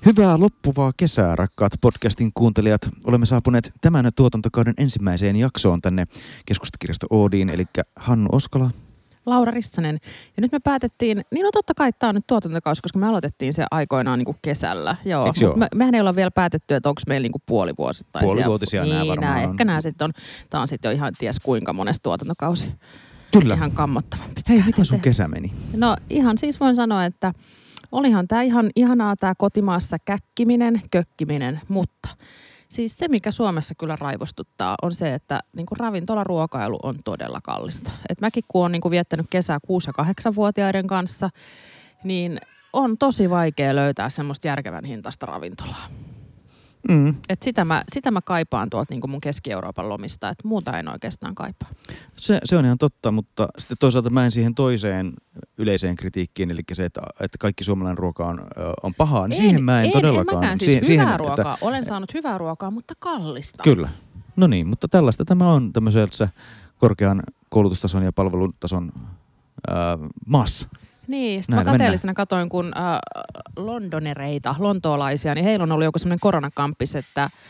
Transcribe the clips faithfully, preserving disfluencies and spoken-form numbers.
Hyvää loppuvaa kesää, rakkaat podcastin kuuntelijat. Olemme saapuneet tämän tuotantokauden ensimmäiseen jaksoon tänne Keskustakirjasto Oodiin, eli Hannu Oskola. Laura Rissanen. Ja nyt me päätettiin, niin no totta kai tämä on nyt tuotantokausi, koska me aloitettiin se aikoinaan niin kuin kesällä. Joo. Eikö joo? Me, mehän ei olla vielä päätetty, että onko meillä niin kuin puolivuosittaisia. Puolivuotisia niin, nämä varmaan nää, on. Ehkä nämä sitten on, tämä on sitten jo ihan ties kuinka monesta tuotantokausi. Kyllä. Ihan kammottavan pitkään. Hei, miten sun kesä meni? No ihan siis voin sanoa, että olihan tämä ihan ihanaa tämä kotimaassa käkkiminen, kökkiminen, mutta siis se, mikä Suomessa kyllä raivostuttaa, on se, että niinku ravintolaruokailu on todella kallista. Et mäkin, kun olen niinku viettänyt kesää kuusi- ja kahdeksanvuotiaiden kanssa, niin on tosi vaikea löytää semmoista järkevän hintaista ravintolaa. Mm. Et sitä, mä, sitä mä kaipaan tuolta niinku mun Keski-Euroopan lomista, että muuta en oikeastaan kaipaa. Se, se on ihan totta, mutta sitten toisaalta mä en siihen toiseen yleiseen kritiikkiin, eli se, että, että kaikki suomalainen ruoka on, on pahaa, niin en, siihen mä en, en todellakaan. En mäkään siis si- hyvää siihen, ruokaa. Että, olen saanut hyvää ruokaa, mutta kallista. Kyllä. No niin, mutta tällaista tämä on tämmöisessä korkean koulutustason ja palvelutason ää, maassa. Niin, sitten mä kateellisena katoin, kun äh, londonereita, lontoolaisia, niin heillä on ollut joku semmoinen koronakampis, että äh,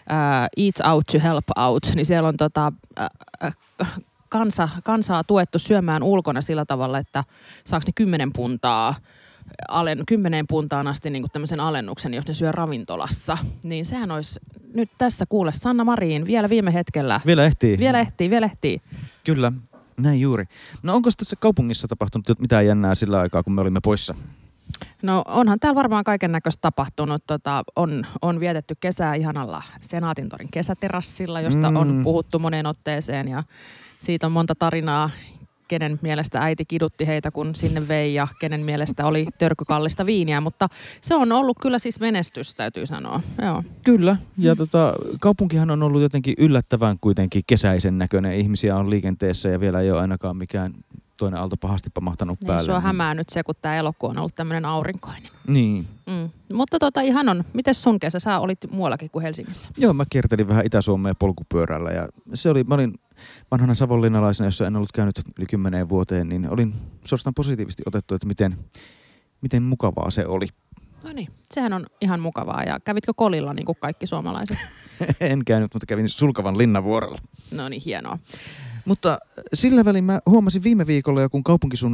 eat out to help out, niin siellä on tota, äh, kansa, kansaa tuettu syömään ulkona sillä tavalla, että saako ne kymmenen puntaa, alen, kymmeneen puntaan asti niin kuin tämmöisen alennuksen, jos ne syö ravintolassa. Niin sehän olisi nyt tässä kuule Sanna Marin vielä viime hetkellä. Vielä ehtii. Vielä ehtii, vielä ehtii. Kyllä. Näin juuri. No onko tässä kaupungissa tapahtunut mitään jännää sillä aikaa, kun me olimme poissa? No onhan täällä varmaan kaiken näköistä tapahtunut. Tota, on, on vietetty kesää ihanalla Senaatintorin kesäterassilla, josta mm. on puhuttu moneen otteeseen. Ja siitä on monta tarinaa, kenen mielestä äiti kidutti heitä, kun sinne vei, ja kenen mielestä oli törkykallista viiniä. Mutta se on ollut kyllä siis menestys, täytyy sanoa. Joo. Kyllä, ja mm. tota, kaupunkihan on ollut jotenkin yllättävän kuitenkin kesäisen näköinen. Ihmisiä on liikenteessä ja vielä ei ole ainakaan mikään toinen aalto pahasti pamahtanut niin, päälle. Sua hämää nyt se, kun tämä elokuu on ollut tämmöinen aurinkoinen. Niin. Mm. Mutta tota, ihan on. Mites sun kesä? Sä olit muuallakin kuin Helsingissä. Joo, mä kiertelin vähän Itä-Suomea polkupyörällä ja se oli, mä olin vanhana savonlinnalaisena, jossa en ollut käynyt yli kymmeneen vuoteen, niin olin suorastaan positiivisesti otettu, että miten, miten mukavaa se oli. No niin, sehän on ihan mukavaa. Ja kävitkö kolilla niin kuin kaikki suomalaiset? En käynyt, mutta kävin Sulkavan Linnanvuorella. No niin, hienoa. Mutta sillä välin mä huomasin viime viikolla, kun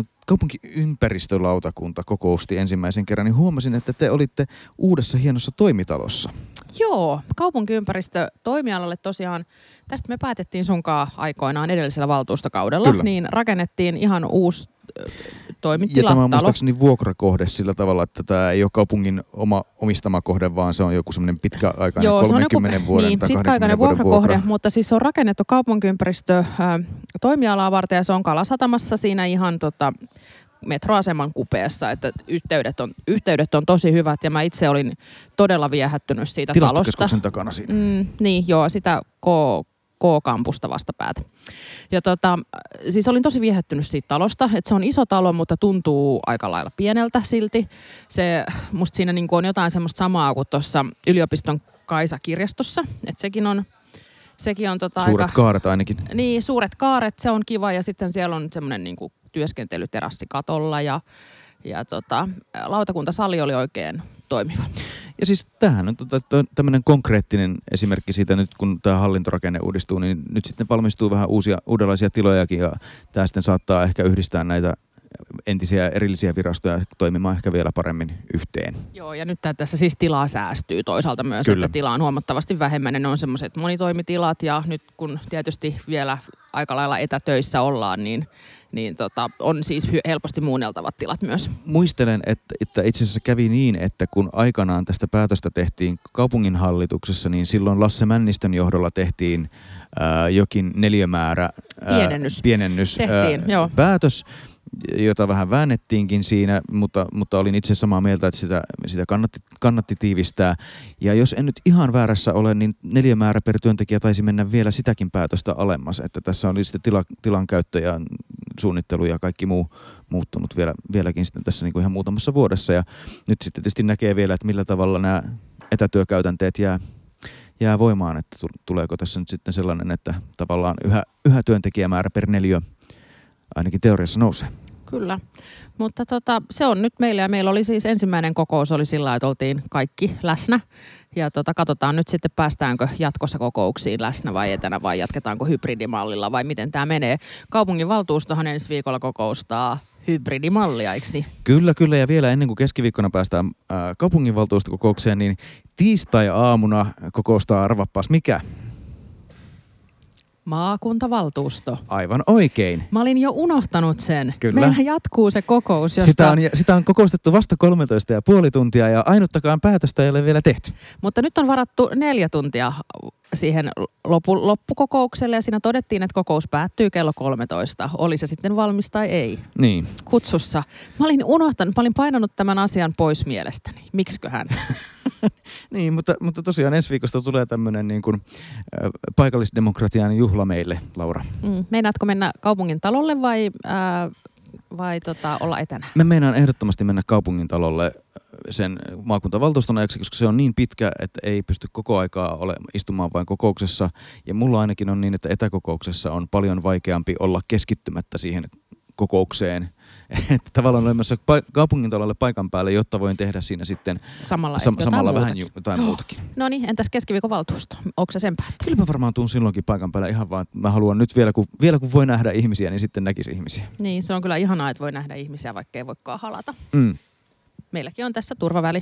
kaupunkiympäristölautakunta kokousti ensimmäisen kerran, niin huomasin, että te olitte uudessa hienossa toimitalossa. Joo, kaupunkiympäristö toimialalle tosiaan, tästä me päätettiin sunkaan aikoinaan edellisellä valtuustokaudella, Kyllä. niin rakennettiin ihan uusi äh, toimitila. Ja tämä on muistaakseni vuokrakohde sillä tavalla, että tämä ei ole kaupungin oma omistama kohde, vaan se on joku semmoinen pitkäaikainen Joo, kolmenkymmenen joku, vuoden niin, tai pitkäaikainen kaksikymmentä vuoden vuokrakohde, vuokra. Mutta siis se on rakennettu kaupunkiympäristö äh, toimialaa varten ja se on Kalasatamassa siinä ihan tota, metroaseman kupeessa, että yhteydet on, yhteydet on tosi hyvät ja mä itse olin todella viehättynyt siitä talosta. Tilastokeskuksen takana siinä. Mm, niin, joo, sitä K, K-kampusta vastapäätä. Ja tota, siis olin tosi viehättynyt siitä talosta, että se on iso talo, mutta tuntuu aika lailla pieneltä silti. Se, musta siinä niinku on jotain semmoista samaa kuin tuossa yliopiston Kaisa-kirjastossa, että sekin on Sekin on tota suuret aika, kaaret ainakin. Niin, suuret kaaret, se on kiva ja sitten siellä on semmoinen niinku työskentelyterassi katolla ja, ja tota, lautakuntasali oli oikein toimiva. Ja siis tämähän on tota, tämmöinen konkreettinen esimerkki siitä nyt, kun tämä hallintorakenne uudistuu, niin nyt sitten valmistuu vähän uusia, uudenlaisia tilojakin ja tämä sitten saattaa ehkä yhdistää näitä entisiä erillisiä virastoja toimimaan ehkä vielä paremmin yhteen. Joo, ja nyt tässä siis tilaa säästyy toisaalta myös, Kyllä. että tilaa on huomattavasti vähemmän. Ne on semmoiset monitoimitilat ja nyt kun tietysti vielä aika lailla etätöissä ollaan, niin, niin tota, on siis helposti muunneltavat tilat myös. Muistelen, että, että itse asiassa kävi niin, että kun aikanaan tästä päätöstä tehtiin kaupunginhallituksessa, niin silloin Lasse Männistön johdolla tehtiin ää, jokin neliömäärä ää, pienennys, pienennys tehtiin, ää, joo. päätös, jota vähän väännettiinkin siinä, mutta, mutta olin itse samaa mieltä, että sitä, sitä kannatti, kannatti tiivistää. Ja jos en nyt ihan väärässä ole, niin neliömäärä per työntekijä taisi mennä vielä sitäkin päätöstä alemmas, että tässä oli sitten tila, tilan käyttö ja suunnittelu ja kaikki muu muuttunut vielä, vieläkin sitten tässä niin kuin ihan muutamassa vuodessa. Ja nyt sitten tietysti näkee vielä, että millä tavalla nämä etätyökäytänteet jää, jää voimaan, että tuleeko tässä nyt sitten sellainen, että tavallaan yhä, yhä työntekijämäärä per neliö ainakin teoriassa nousee. Kyllä, mutta tota, se on nyt meillä ja meillä oli siis ensimmäinen kokous oli sillä lailla, että oltiin kaikki läsnä. Ja tota, katsotaan nyt sitten päästäänkö jatkossa kokouksiin läsnä vai etänä vai jatketaanko hybridimallilla vai miten tämä menee. Kaupunginvaltuustohan ensi viikolla kokoustaa hybridimallia, eikö niin? Kyllä, kyllä. Ja vielä ennen kuin keskiviikkona päästään ää, kaupunginvaltuustokokoukseen, niin tiistai-aamuna kokoustaa arvappas mikä? Maakuntavaltuusto. Aivan oikein. Mä olin jo unohtanut sen. Kyllä. Meillähän jatkuu se kokous, josta... Sitä on, sitä on kokoustettu vasta kolmetoista ja puoli tuntia ja ainuttakaan päätöstä ei ole vielä tehty. Mutta nyt on varattu neljä tuntia siihen loppu, loppukokoukselle ja siinä todettiin, että kokous päättyy kello kolmetoista. Oli se sitten valmis tai ei. Niin. Kutsussa. Mä olin unohtanut, mä olin painanut tämän asian pois mielestäni. Miksiköhän? Niin, mutta, mutta tosiaan ensi viikosta tulee tämmöinen niin kuin, äh, paikallisdemokratian juhla meille, Laura. Mm, meinaatko mennä kaupungin talolle vai, äh, vai tota, olla etänä? Me meinaan ehdottomasti mennä kaupungin talolle sen maakuntavaltuuston ajaksi, koska se on niin pitkä, että ei pysty koko aikaa ole, istumaan vain kokouksessa. Ja mulla ainakin on niin, että etäkokouksessa on paljon vaikeampi olla keskittymättä siihen kokoukseen. Että tavallaan olemassa pa- kaupungintalolle paikan päälle, jotta voin tehdä siinä sitten samalla, sam- samalla vähän muutakin. jotain muutakin. No niin, entäs keskiviikon valtuusto? Onko se sen päättänyt? Kyllä mä varmaan tuun silloinkin paikan päällä ihan vaan, mä haluan nyt vielä kun, vielä kun voi nähdä ihmisiä, niin sitten näkisi ihmisiä. Niin, se on kyllä ihanaa, että voi nähdä ihmisiä, vaikka ei voikaan halata. Mm. Meilläkin on tässä turvaväli.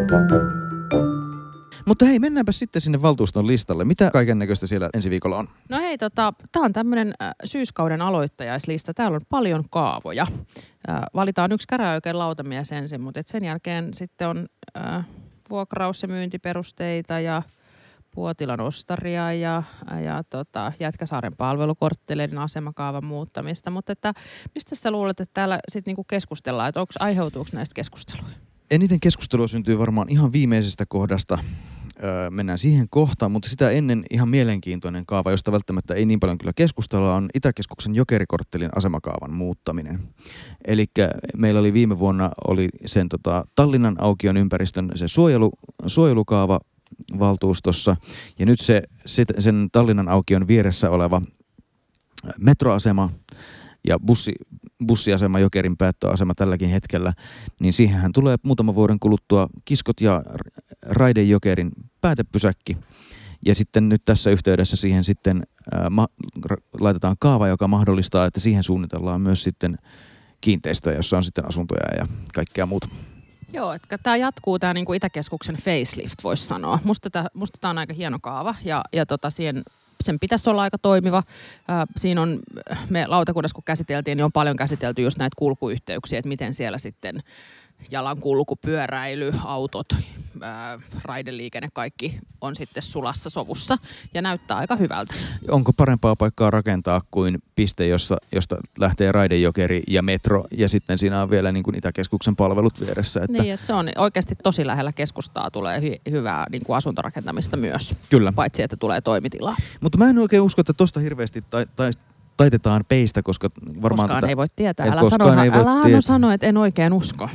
Mutta hei, mennäänpä sitten sinne valtuuston listalle. Mitä kaiken näköistä siellä ensi viikolla on? No hei, tota, tää on tämmönen äh, syyskauden aloittajaislista. Täällä on paljon kaavoja. Äh, valitaan yksi käräjäoikeuden lautamies ensin, mutta et sen jälkeen sitten on äh, vuokraus- ja myyntiperusteita ja Puotilan ostaria ja, ja tota, Jätkäsaaren palvelukortteleiden asemakaavan muuttamista. Mutta että, mistä sä luulet, että täällä sitten niinku keskustellaan, että onko aiheutuuko näistä keskusteluja? Eniten keskustelua syntyy varmaan ihan viimeisestä kohdasta. Öö, mennään siihen kohtaan, mutta sitä ennen ihan mielenkiintoinen kaava, josta välttämättä ei niin paljon kyllä keskustella, on Itäkeskuksen Jokerikorttelin asemakaavan muuttaminen. Eli meillä oli viime vuonna oli sen tota, Tallinnan aukion ympäristön se suojelu, suojelukaava valtuustossa, ja nyt se, sen Tallinnan aukion vieressä oleva metroasema ja bussi, bussiasema, Jokerin päättöasema tälläkin hetkellä, niin siihenhän tulee muutaman vuoden kuluttua Kiskot ja Raide Jokerin päätepysäkki. Ja sitten nyt tässä yhteydessä siihen sitten ää, ma- laitetaan kaava, joka mahdollistaa, että siihen suunnitellaan myös sitten kiinteistöjä, jossa on sitten asuntoja ja kaikkea muuta. Joo, että tämä jatkuu tämä niinku Itäkeskuksen facelift, voisi sanoa. Musta tämä musta on aika hieno kaava ja, ja tota siihen, sen pitäisi olla aika toimiva. Ää, siinä on, me lautakunnassa kun käsiteltiin, niin on paljon käsitelty just näitä kulkuyhteyksiä, että miten siellä sitten jalankulku, pyöräily, autot, ää, raideliikenne, kaikki on sitten sulassa sovussa ja näyttää aika hyvältä. Onko parempaa paikkaa rakentaa kuin piste, josta, josta lähtee Raidejokeri ja metro ja sitten siinä on vielä niin kuin Itäkeskuksen palvelut vieressä? Että niin, että se on oikeasti tosi lähellä keskustaa, tulee hy- hyvää niin kuin asuntorakentamista myös. Kyllä. Paitsi, että tulee toimitilaa. Mutta mä en oikein usko, että tosta hirveästi tai, tai taitetaan peistä, koska varmaan... Koskaan tätä, ei voi tietää. et Älä koskaan sano, ei voi älä tietää. sano, että en oikein usko.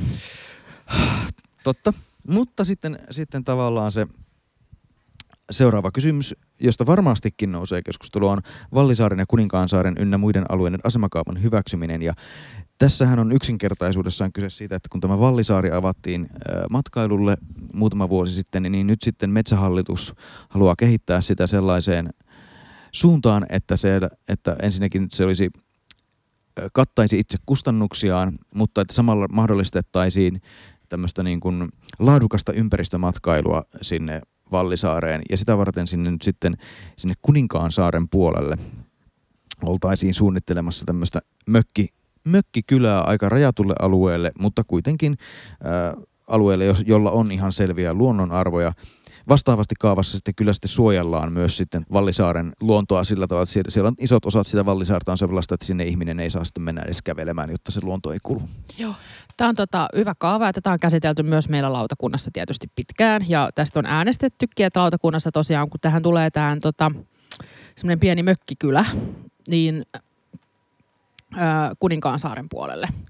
Totta. Mutta sitten, sitten tavallaan se seuraava kysymys, josta varmastikin nousee keskustelua, on Vallisaaren ja Kuninkaansaaren ynnä muiden alueiden asemakaavan hyväksyminen. Ja tässähän on yksinkertaisuudessaan kyse siitä, että kun tämä Vallisaari avattiin matkailulle muutama vuosi sitten, niin nyt sitten Metsähallitus haluaa kehittää sitä sellaiseen suuntaan, että, se, että ensinnäkin se olisi kattaisi itse kustannuksiaan, mutta että samalla mahdollistettaisiin tämmöistä niin kuin laadukasta ympäristömatkailua sinne Vallisaareen ja sitä varten sinne nyt sitten sinne Kuninkaansaaren puolelle oltaisiin suunnittelemassa tämmöistä mökki, mökkikylää aika rajatulle alueelle, mutta kuitenkin ää, alueelle, jolla on ihan selviä luonnonarvoja. Vastaavasti kaavassa sitten kyllä sitten suojellaan myös sitten Vallisaaren luontoa sillä tavalla, että siellä on isot osat sitä Vallisaarta on sellaista, että sinne ihminen ei saa sitten mennä edes kävelemään, jotta se luonto ei kulu. Joo. Tämä on tota, hyvä kaava, että tämä on käsitelty myös meillä lautakunnassa tietysti pitkään ja tästä on äänestettykin, että lautakunnassa tosiaan kun tähän tulee tämä tota, semmoinen pieni mökkikylä, niin ää, Kuninkaansaaren puolelle.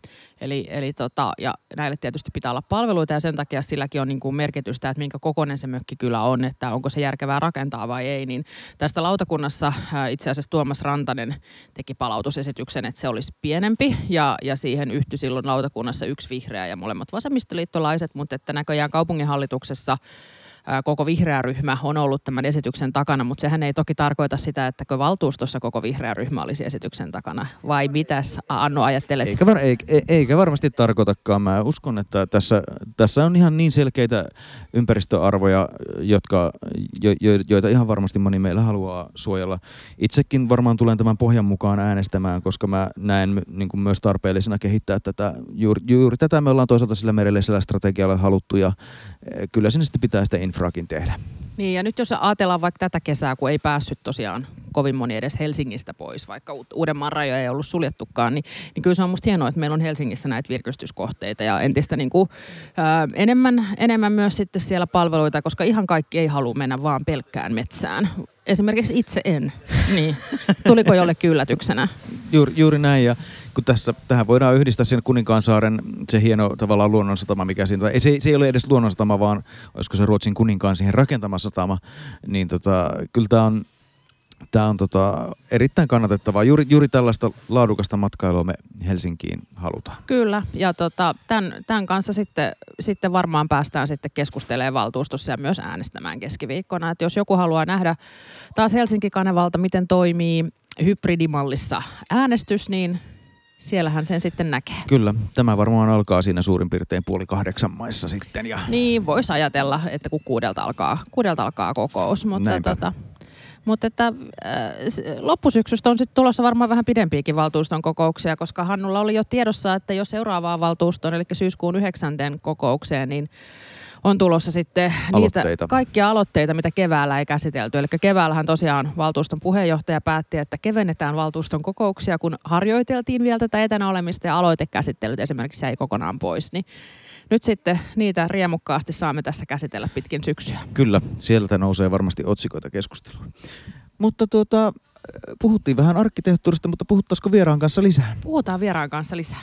Eli, eli tota, ja näille tietysti pitää olla palveluita ja sen takia silläkin on niin kuin merkitystä, että minkä kokoinen se mökkikylä on, että onko se järkevää rakentaa vai ei. Niin tästä lautakunnassa ää, itse asiassa Tuomas Rantanen teki palautusesityksen, että se olisi pienempi ja, ja siihen yhtyi silloin lautakunnassa yksi vihreä ja molemmat vasemmistoliittolaiset, mutta että näköjään kaupunginhallituksessa koko vihreä ryhmä on ollut tämän esityksen takana, mutta sehän ei toki tarkoita sitä, että valtuustossa koko vihreä ryhmä olisi esityksen takana. Vai mitäs, Annu, ajattelet? Eikä, var, eikä, eikä varmasti tarkoitakaan. Mä uskon, että tässä, tässä on ihan niin selkeitä ympäristöarvoja, jotka, jo, jo, joita ihan varmasti moni meillä haluaa suojella. Itsekin varmaan tulen tämän pohjan mukaan äänestämään, koska mä näen niin kuin myös tarpeellisena kehittää tätä. Juuri, juuri tätä me ollaan toisaalta sillä merellisellä strategialla haluttu ja kyllä sinne sitten pitää sitä infraakin tehdä. Niin ja nyt jos ajatellaan vaikka tätä kesää, kun ei päässyt tosiaan kovin moni edes Helsingistä pois, vaikka Uudenmaan rajoja ei ollut suljettukaan, niin, niin kyllä se on musta hienoa, että meillä on Helsingissä näitä virkistyskohteita ja entistä niin kuin, ää, enemmän, enemmän myös sitten siellä palveluita, koska ihan kaikki ei halua mennä vaan pelkkään metsään. Esimerkiksi itse en. Niin. Tuliko jollekin yllätyksenä? Juuri, juuri näin ja kun tässä, tähän voidaan yhdistää sen Kuninkaansaaren se hieno tavallaan luonnonsatama, mikä siinä, ei, se, se ei ole edes luonnonsatama, vaan olisiko se Ruotsin kuninkaan siihen rakentama satama, niin tota, kyllä tämä on, tää on tota, erittäin kannatettavaa. Juuri, juuri tällaista laadukasta matkailua me Helsinkiin halutaan. Kyllä, ja tota, tämän, tämän kanssa sitten, sitten varmaan päästään sitten keskustelemaan valtuustossa ja myös äänestämään keskiviikkona. Et jos joku haluaa nähdä taas Helsinki-kanavalta, miten toimii hybridimallissa äänestys, niin siellähän sen sitten näkee. Kyllä, tämä varmaan alkaa siinä suurin piirtein puoli kahdeksan maissa sitten. Ja niin, voisi ajatella, että kun kuudelta alkaa, kuudelta alkaa kokous. Mutta, tota, mutta että, äh, loppusyksystä on sitten tulossa varmaan vähän pidempiäkin valtuuston kokouksia, koska Hannulla oli jo tiedossa, että jo seuraavaan valtuustoon, eli syyskuun yhdeksänteen kokoukseen, niin on tulossa sitten aloitteita. Niitä kaikkia aloitteita, mitä keväällä ei käsitelty. Eli keväällähän tosiaan valtuuston puheenjohtaja päätti, että kevennetään valtuuston kokouksia, kun harjoiteltiin vielä tätä etänä olemista ja aloitekäsittelyt esimerkiksi jäi kokonaan pois. Niin nyt sitten niitä riemukkaasti saamme tässä käsitellä pitkin syksyä. Kyllä, sieltä nousee varmasti otsikoita keskustelua. Mutta tuota, puhuttiin vähän arkkitehtuurista, mutta puhuttaisiko vieraan kanssa lisää? Puhutaan vieraan kanssa lisää.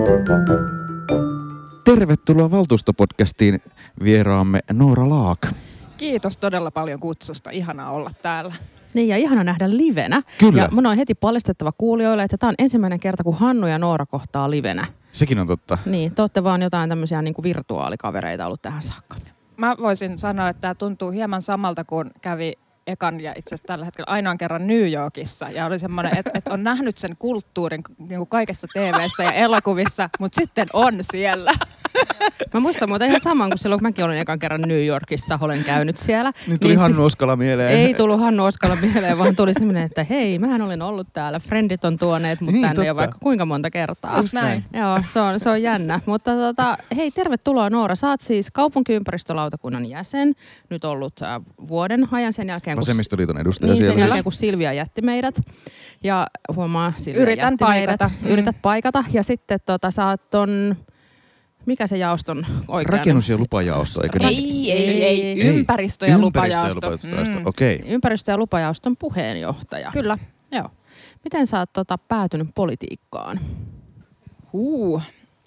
Tervetuloa valtuustopodcastiin vieraamme Noora Laak. Kiitos todella paljon kutsusta. Ihanaa olla täällä. Niin ja ihana nähdä livenä. Kyllä. Ja mun on heti paljastettava kuulijoille, että tämä on ensimmäinen kerta, kun Hannu ja Noora kohtaa livenä. Sekin on totta. Niin, te olette vaan jotain tämmöisiä niin kuin virtuaalikavereita ollut tähän saakka. Mä voisin sanoa, että tämä tuntuu hieman samalta, kun kävi ekan ja itse asiassa tällä hetkellä ainoan kerran New Yorkissa. Ja oli semmoinen, että, että on nähnyt sen kulttuurin niin kuin kaikessa T V:ssä ja elokuvissa, mutta sitten on siellä. Mä muistan muuten ihan saman kuin silloin, kun mäkin olin ekan kerran New Yorkissa, olen käynyt siellä. Niin tuli niin, Hannu Oskala mieleen. Ei tullut Hannu Oskala mieleen, vaan tuli semmoinen, että hei, mähän olin ollut täällä. Friendit on tuoneet mut niin, tänne totta. Jo vaikka kuinka monta kertaa. Just näin. Joo, se on, se on jännä. Mutta tota, hei, tervetuloa Noora. Sä oot siis kaupunkiympäristölautakunnan jäsen. Nyt ollut äh, vuoden ajan sen jälkeen. Vasemmistoliiton edustaja niin, siellä. sen jälkeen, kun Silvia jätti meidät. Ja huomaa, Silvia Yritän jätti paikata. meidät. Yrität paikata. Ja sitten tota, sä oot ton... Mikä se jaoston oikein? Rakennus- ja lupajaosto, eikö niin? Ei, ei, ei, ei. Ympäristö- ja lupajaosto. Ympäristö- ja lupajaosto, mm. okei. Okay. Ympäristö- ja lupajaoston puheenjohtaja. Kyllä. Joo. Miten sä oot tota, päätynyt politiikkaan? Huu.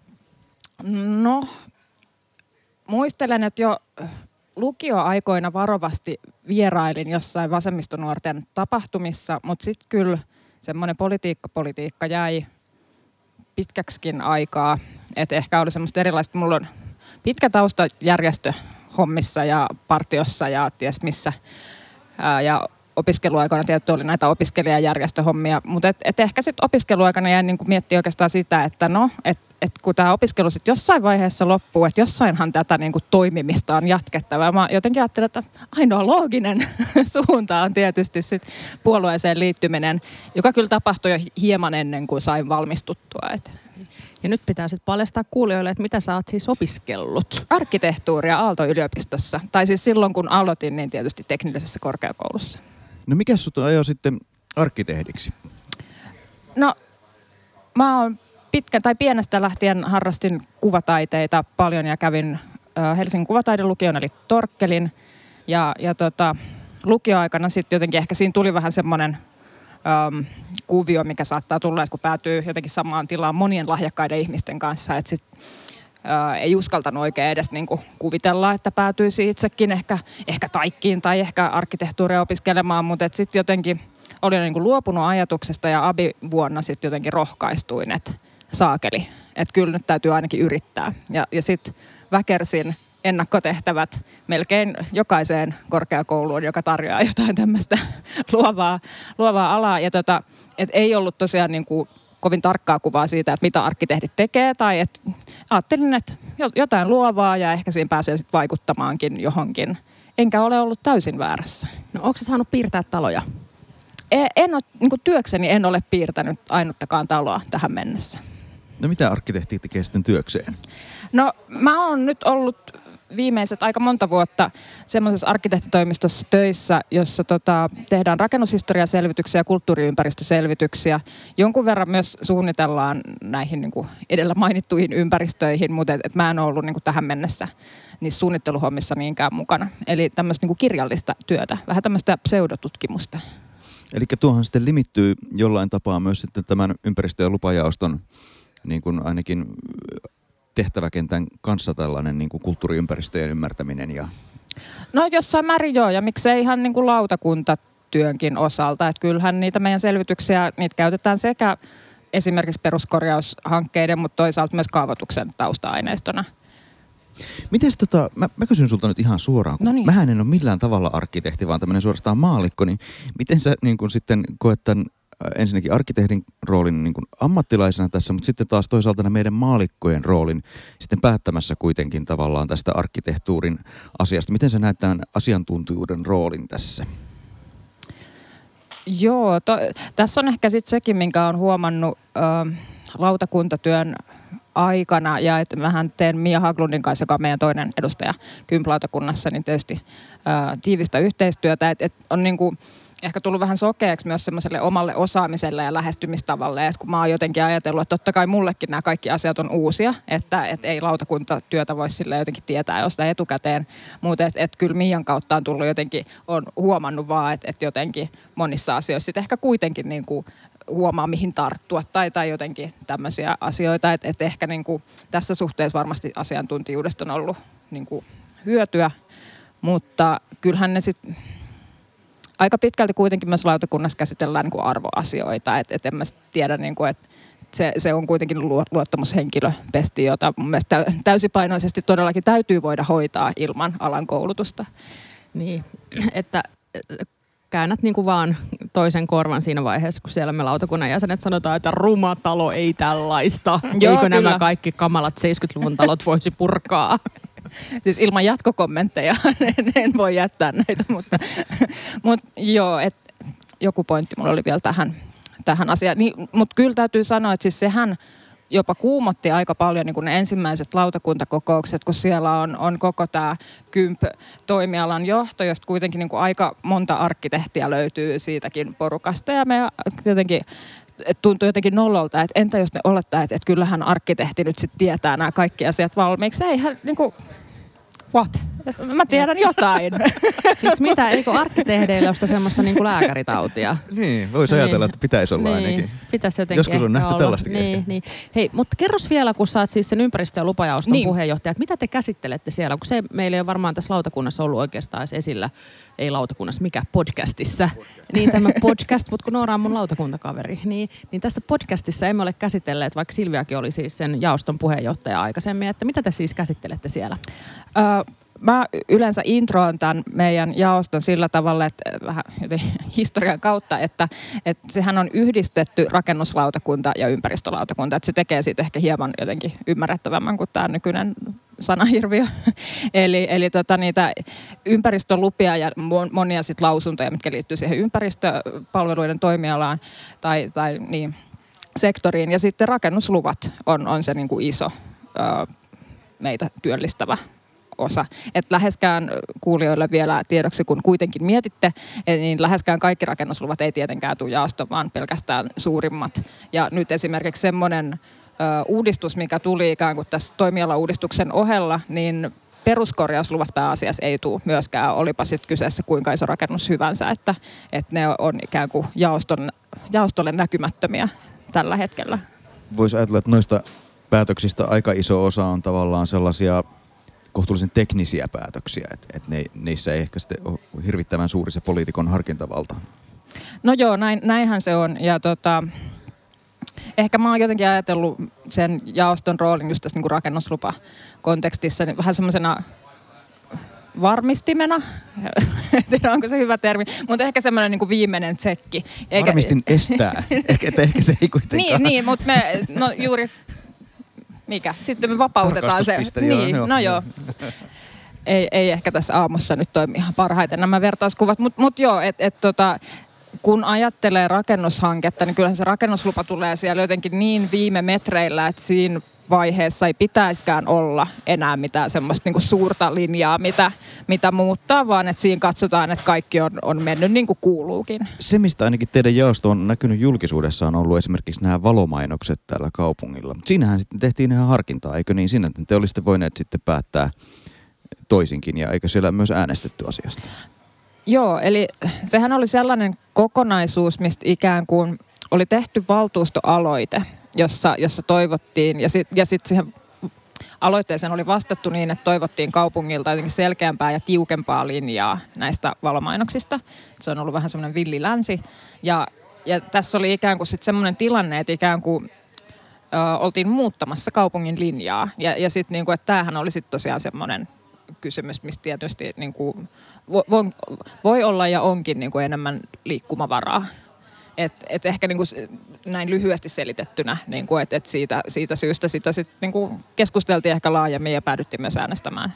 No, muistelen, että jo lukioaikoina varovasti vierailin jossain vasemmistonuorten tapahtumissa, mutta sitten kyllä semmoinen politiikka-politiikka jäi pitkäksikin aikaa. Että ehkä oli semmoista erilaista. Mulla on pitkä tausta järjestöhommissa ja partiossa ja ties missä. Ää, ja opiskeluaikoina tietysti oli näitä opiskelijajärjestöhommia. Mutta et, et ehkä sitten opiskeluaikana jäin niinku miettiä oikeastaan sitä, että no, että et kun tämä opiskelu sitten jossain vaiheessa loppuu, että jossainhan tätä niinku toimimista on jatkettava. Mä jotenkin ajattelin, että ainoa looginen suunta on tietysti sit puolueeseen liittyminen, joka kyllä tapahtui jo hieman ennen kuin sain valmistuttua. Et. Ja nyt pitää sitten paljastaa kuulijoille, että mitä sä oot siis opiskellut. Arkkitehtuuria Aalto-yliopistossa. Tai siis silloin, kun aloitin, niin tietysti teknillisessä korkeakoulussa. No mikä sut ajoi sitten arkkitehdiksi? No, mä oon pitkän tai pienestä lähtien harrastin kuvataiteita paljon ja kävin ö, Helsingin kuvataidelukion eli Torkkelin. Ja, ja tota, lukioaikana sitten jotenkin ehkä siinä tuli vähän semmoinen äm, kuvio, mikä saattaa tulla, että kun päätyy jotenkin samaan tilaan monien lahjakkaiden ihmisten kanssa, että sit ää, ei uskaltanut oikein edes niin kuin kuvitella, että päätyisi itsekin ehkä, ehkä taikkiin tai ehkä arkkitehtuuria opiskelemaan, mutta sitten jotenkin olin niin kuin luopunut ajatuksesta ja abivuonna sitten jotenkin rohkaistuin, että saakeli, että kyllä nyt täytyy ainakin yrittää. Ja, ja sitten väkersin ennakkotehtävät melkein jokaiseen korkeakouluun, joka tarjoaa jotain tämmöistä luovaa, luovaa alaa. Ja tota, et ei ollut tosiaan niin kuin kovin tarkkaa kuvaa siitä, että mitä arkkitehdit tekee. Tai et ajattelin, että jotain luovaa ja ehkä siinä pääsee sitten vaikuttamaankin johonkin. Enkä ole ollut täysin väärässä. No onko sä saanut piirtää taloja? En, en ole, niin kuin työkseni en ole piirtänyt ainuttakaan taloa tähän mennessä. No mitä arkkitehti tekee sitten työkseen? No mä oon nyt ollut viimeiset aika monta vuotta semmoisessa arkkitehtitoimistossa töissä, jossa tota, tehdään rakennushistoriaselvityksiä ja kulttuuriympäristöselvityksiä. Jonkun verran myös suunnitellaan näihin niin kuin edellä mainittuihin ympäristöihin, mutta et, et mä en ole ollut niin kuin tähän mennessä niissä suunnitteluhommissa niinkään mukana. Eli tämmöistä niin kuin kirjallista työtä, vähän tämmöistä pseudotutkimusta. Eli tuohan sitten limittyy jollain tapaa myös sitten tämän ympäristö- ja lupajaoston niin kuin ainakin tehtäväkentän kanssa tällainen niin kuin kulttuuriympäristöjen ymmärtäminen. Ja No jossain määrin joo, ja miksei ihan niin kuin lautakuntatyönkin osalta. Että kyllähän niitä meidän selvityksiä, niitä käytetään sekä esimerkiksi peruskorjaushankkeiden, mutta toisaalta myös kaavoituksen tausta-aineistona. Mites tota, mä, mä kysyn sulta nyt ihan suoraan, kun no niin. mähän en ole millään tavalla arkkitehti, vaan tämmöinen suorastaan maallikko, niin miten sä niin kun sitten koet tämän ensinnäkin arkkitehdin roolin niin kuin ammattilaisena tässä, mutta sitten taas toisaalta meidän maalikkojen roolin sitten päättämässä kuitenkin tavallaan tästä arkkitehtuurin asiasta. Miten sä näet tämän asiantuntijuuden roolin tässä? Joo, to, tässä on ehkä sitten sekin, minkä olen huomannut ö, lautakuntatyön aikana, ja että mähän teen Mia Haglundin kanssa, joka on meidän toinen edustaja Kymp-lautakunnassa, niin tietysti ö, tiivistä yhteistyötä, että et on niinku ehkä tullut vähän sokeaksi myös semmoiselle omalle osaamiselle ja lähestymistavalle, että kun mä oon jotenkin ajatellut, että totta kai mullekin nämä kaikki asiat on uusia, että et ei lautakuntatyötä voisi sille jotenkin tietää jostain etukäteen, mutta että et kyllä Mian kautta on tullut jotenkin, on huomannut vaan, että et jotenkin monissa asioissa sitten ehkä kuitenkin niin kuin huomaa, mihin tarttua tai, tai jotenkin tämmöisiä asioita, että et ehkä niin kuin tässä suhteessa varmasti asiantuntijuudesta on ollut niin kuin hyötyä, mutta kyllähän ne sitten aika pitkälti kuitenkin myös lautakunnassa käsitellään niin kuin arvoasioita, että et en mä tiedä, niin kuin, että se, se on kuitenkin luottamushenkilöpesti, jota mun mielestä täysipainoisesti todellakin täytyy voida hoitaa ilman alan koulutusta. Niin, että käännät niin kuin vaan toisen korvan siinä vaiheessa, kun siellä me lautakunnan jäsenet sanotaan, että ruma talo ei tällaista. Joo, eikö kyllä. nämä kaikki kamalat seitsemänkymmentäluvun talot voisi purkaa? Siis ilman jatkokommentteja en, en voi jättää näitä, mutta, mutta joo, että joku pointti mulla oli vielä tähän, tähän asiaan. Niin, mutta kyllä täytyy sanoa, että siis sehän jopa kuumotti aika paljon niin kuin ne ensimmäiset lautakuntakokoukset, kun siellä on, on koko tämä Kymp-toimialan johto, josta kuitenkin niin kuin aika monta arkkitehtiä löytyy siitäkin porukasta. Ja me jotenkin tuntuu jotenkin nollolta, että entä jos ne olettaa, että, että kyllähän arkkitehti nyt sitten tietää nämä kaikki asiat valmiiksi. Ei hän niin kuin, what? Mä tiedän jotain. Siis mitä, eikö arkkitehdeillä ole semmoista niin kuin lääkäritautia? Niin, voisi niin. ajatella, että pitäisi olla niin. ainakin. Pitäisi jotenkin joskus on nähty olla. tällaistakin. Niin, niin. Hei, mutta kerros vielä, kun sä oot siis sen ympäristö- ja lupajaoston niin. puheenjohtaja, että mitä te käsittelette siellä? Kun se meillä ei ole varmaan tässä lautakunnassa ollut oikeastaan edes esillä, ei lautakunnassa, mikä podcastissa. Podcast. Niin tämä podcast, mutta kun Noora on mun lautakuntakaveri, niin, niin tässä podcastissa emme ole käsitelleet, vaikka Silviakin oli siis sen jaoston puheenjohtaja aikaisemmin, että mitä te siis käsittelette siellä? Uh, Mä yleensä introon tämän meidän jaoston sillä tavalla, että vähän historian kautta, että, että sehän on yhdistetty rakennuslautakunta ja ympäristölautakunta. Että se tekee siitä ehkä hieman jotenkin ymmärrettävämmän kuin tämä nykyinen sanahirviö. eli eli tota, niitä ympäristölupia ja monia sit lausuntoja, mitkä liittyy siihen ympäristöpalveluiden toimialaan tai, tai niin, sektoriin. Ja sitten rakennusluvat on, on se niin kuin iso ö, meitä työllistävä osa. Että läheskään kuulijoille vielä tiedoksi, kun kuitenkin mietitte, niin läheskään kaikki rakennusluvat ei tietenkään tule jaostoon, vaan pelkästään suurimmat. Ja nyt esimerkiksi semmoinen ö, uudistus, mikä tuli ikään kuin tässä toimialauudistuksen ohella, niin peruskorjausluvat pääasiassa ei tule myöskään, olipa sitten kyseessä kuinka iso rakennus hyvänsä, että, että ne on ikään kuin jaoston jaostolle näkymättömiä tällä hetkellä. Voisi ajatella, että noista päätöksistä aika iso osa on tavallaan sellaisia kohtuullisen teknisiä päätöksiä, että et ne, niissä ei ehkä sitten ole hirvittävän suuri se poliitikon harkintavalta. No joo, näin, näinhän se on. Ja tota, ehkä mä oon jotenkin ajatellut sen jaoston roolin just tässä niin kuin rakennuslupakontekstissa niin vähän semmoisena varmistimena, en tiedä onko se hyvä termi, mutta ehkä semmoinen niin kuin viimeinen tsekki. Eikä... Varmistin estää, ehkä, että ehkä se ei kuitenkaan. Niin, niin mutta me, no juuri, mikä, sitten me vapautetaan se. Niin, joo, no joo. Ei, ei ehkä tässä aamussa nyt toimi ihan parhaiten nämä vertauskuvat, mutta mut joo, että et tota, kun ajattelee rakennushanketta, niin kyllähän se rakennuslupa tulee siellä jotenkin niin viime metreillä, että siinä vaiheessa ei pitäisikään olla enää mitään semmoista niinku suurta linjaa, mitä, mitä muuttaa, vaan että siinä katsotaan, että kaikki on, on mennyt niin kuin kuuluukin. Se, mistä ainakin teidän jaosto on näkynyt julkisuudessa, on ollut esimerkiksi nämä valomainokset täällä kaupungilla. Siinähän sitten tehtiin ihan harkintaa, eikö niin? Siinä te olisitte voineet sitten päättää toisinkin, ja eikö siellä myös äänestetty asiasta? Joo, eli sehän oli sellainen kokonaisuus, mistä ikään kuin oli tehty valtuustoaloite, jossa, jossa toivottiin, ja sitten ja sit siihen aloitteeseen oli vastattu niin, että toivottiin kaupungilta jotenkin selkeämpää ja tiukempaa linjaa näistä valomainoksista. Se on ollut vähän semmoinen villilänsi. Ja, ja tässä oli ikään kuin sitten semmoinen tilanne, että ikään kuin ö, oltiin muuttamassa kaupungin linjaa. Ja, ja sitten niin kuin, että tämähän oli sitten tosiaan semmoinen kysymys, mistä tietysti niin kuin voi, voi olla ja onkin niin kuin enemmän liikkumavaraa. Että et ehkä niinku näin lyhyesti selitettynä, niinku, että et siitä, siitä syystä sitä sit niinku keskusteltiin ehkä laajemmin ja päädyttiin myös äänestämään.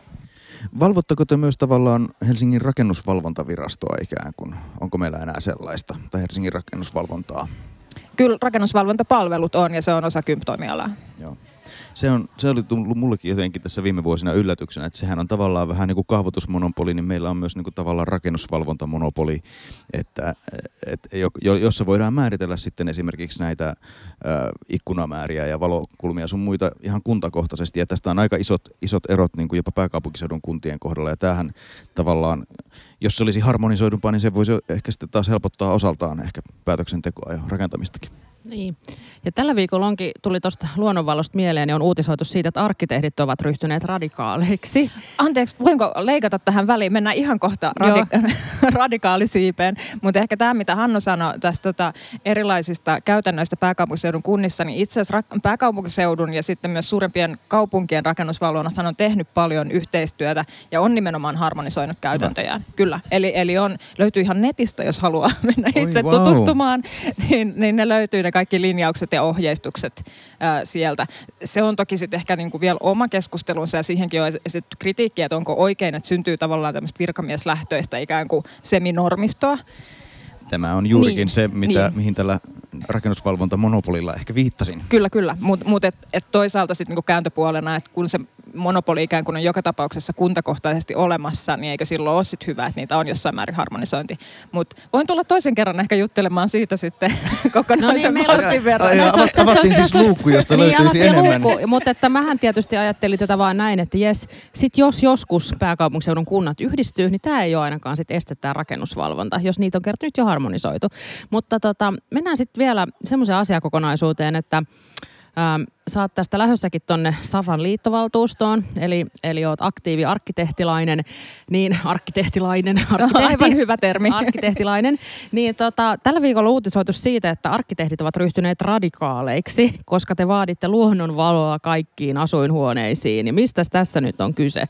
Valvottako te myös tavallaan Helsingin rakennusvalvontavirastoa ikään kuin? Onko meillä enää sellaista? Tai Helsingin rakennusvalvontaa? Kyllä rakennusvalvontapalvelut on ja se on osa kymptoimialaa. Joo. Se, on, se oli tullut mullekin jotenkin tässä viime vuosina yllätyksenä, että sehän on tavallaan vähän niin kuin kaavoitusmonopoli, niin meillä on myös niin kuin tavallaan rakennusvalvontamonopoli, että, et, jossa voidaan määritellä sitten esimerkiksi näitä ä, ikkunamääriä ja valokulmia sun muita ihan kuntakohtaisesti. Ja tästä on aika isot, isot erot niin kuin jopa pääkaupunkiseudun kuntien kohdalla. Ja tämähän tavallaan, jos se olisi harmonisoidumpaa, niin se voisi ehkä sitten taas helpottaa osaltaan ehkä päätöksentekoa ja rakentamistakin. Niin. Ja tällä viikolla onkin, tuli tuosta luonnonvalosta mieleen, niin on uutisoitu siitä, että arkkitehdit ovat ryhtyneet radikaaleiksi. Anteeksi, voinko leikata tähän väliin? Mennään ihan kohta radi- radikaalisiipeen. Mutta ehkä tämä, mitä Hannu sanoi tästä tota, erilaisista käytännöistä pääkaupunkiseudun kunnissa, niin itse asiassa ra- pääkaupunkiseudun ja sitten myös suurempien kaupunkien rakennusvalvonnathan on tehnyt paljon yhteistyötä ja on nimenomaan harmonisoinut käytäntöjään. Hyvä. Kyllä. Eli, eli on, löytyy ihan netistä, jos haluaa mennä itse Oi, wow. tutustumaan, niin, niin ne löytyy ne kaikki linjaukset ja ohjeistukset ää, sieltä. Se on toki sitten ehkä niinku vielä oma keskustelunsa ja siihenkin on esitetty kritiikkiä, että onko oikein, että syntyy tavallaan tämmöistä virkamieslähtöistä ikään kuin seminormistoa. Tämä on juurikin niin, se, mitä, niin. mihin tällä rakennusvalvontamonopolilla ehkä viittasin. Kyllä, kyllä. Mutta mut et, et toisaalta sitten niinku kääntöpuolena, että kun se monopoli ikään kuin on joka tapauksessa kuntakohtaisesti olemassa, niin eikö silloin ole sit hyvä, että niitä on jossain määrin harmonisointi. Mutta voin tulla toisen kerran ehkä juttelemaan siitä sitten kokonaisen no niin, postin verran. No, avat, avattiin siis luukku, josta niin, löytyisi enemmän. Luukku, mutta että mähän tietysti ajattelin tätä vaan näin, että jes, sit jos joskus pääkaupunkiseudun kunnat yhdistyy, niin tämä ei ole ainakaan sit estetään rakennusvalvonta, jos niitä on kerta nyt jo harmonisoitu. Mutta tota, mennään sitten vielä semmoiseen asiakokonaisuuteen, että Ähm, sä oot tästä lähdössäkin tonne Safan liittovaltuustoon, eli, eli oot aktiivi arkkitehtilainen, niin arkkitehtilainen, arkkitehti, aivan hyvä termi. arkkitehtilainen, niin tota, tällä viikolla uutisoitu siitä, että arkkitehdit ovat ryhtyneet radikaaleiksi, koska te vaaditte luonnonvaloa kaikkiin asuinhuoneisiin, niin mistä tässä nyt on kyse?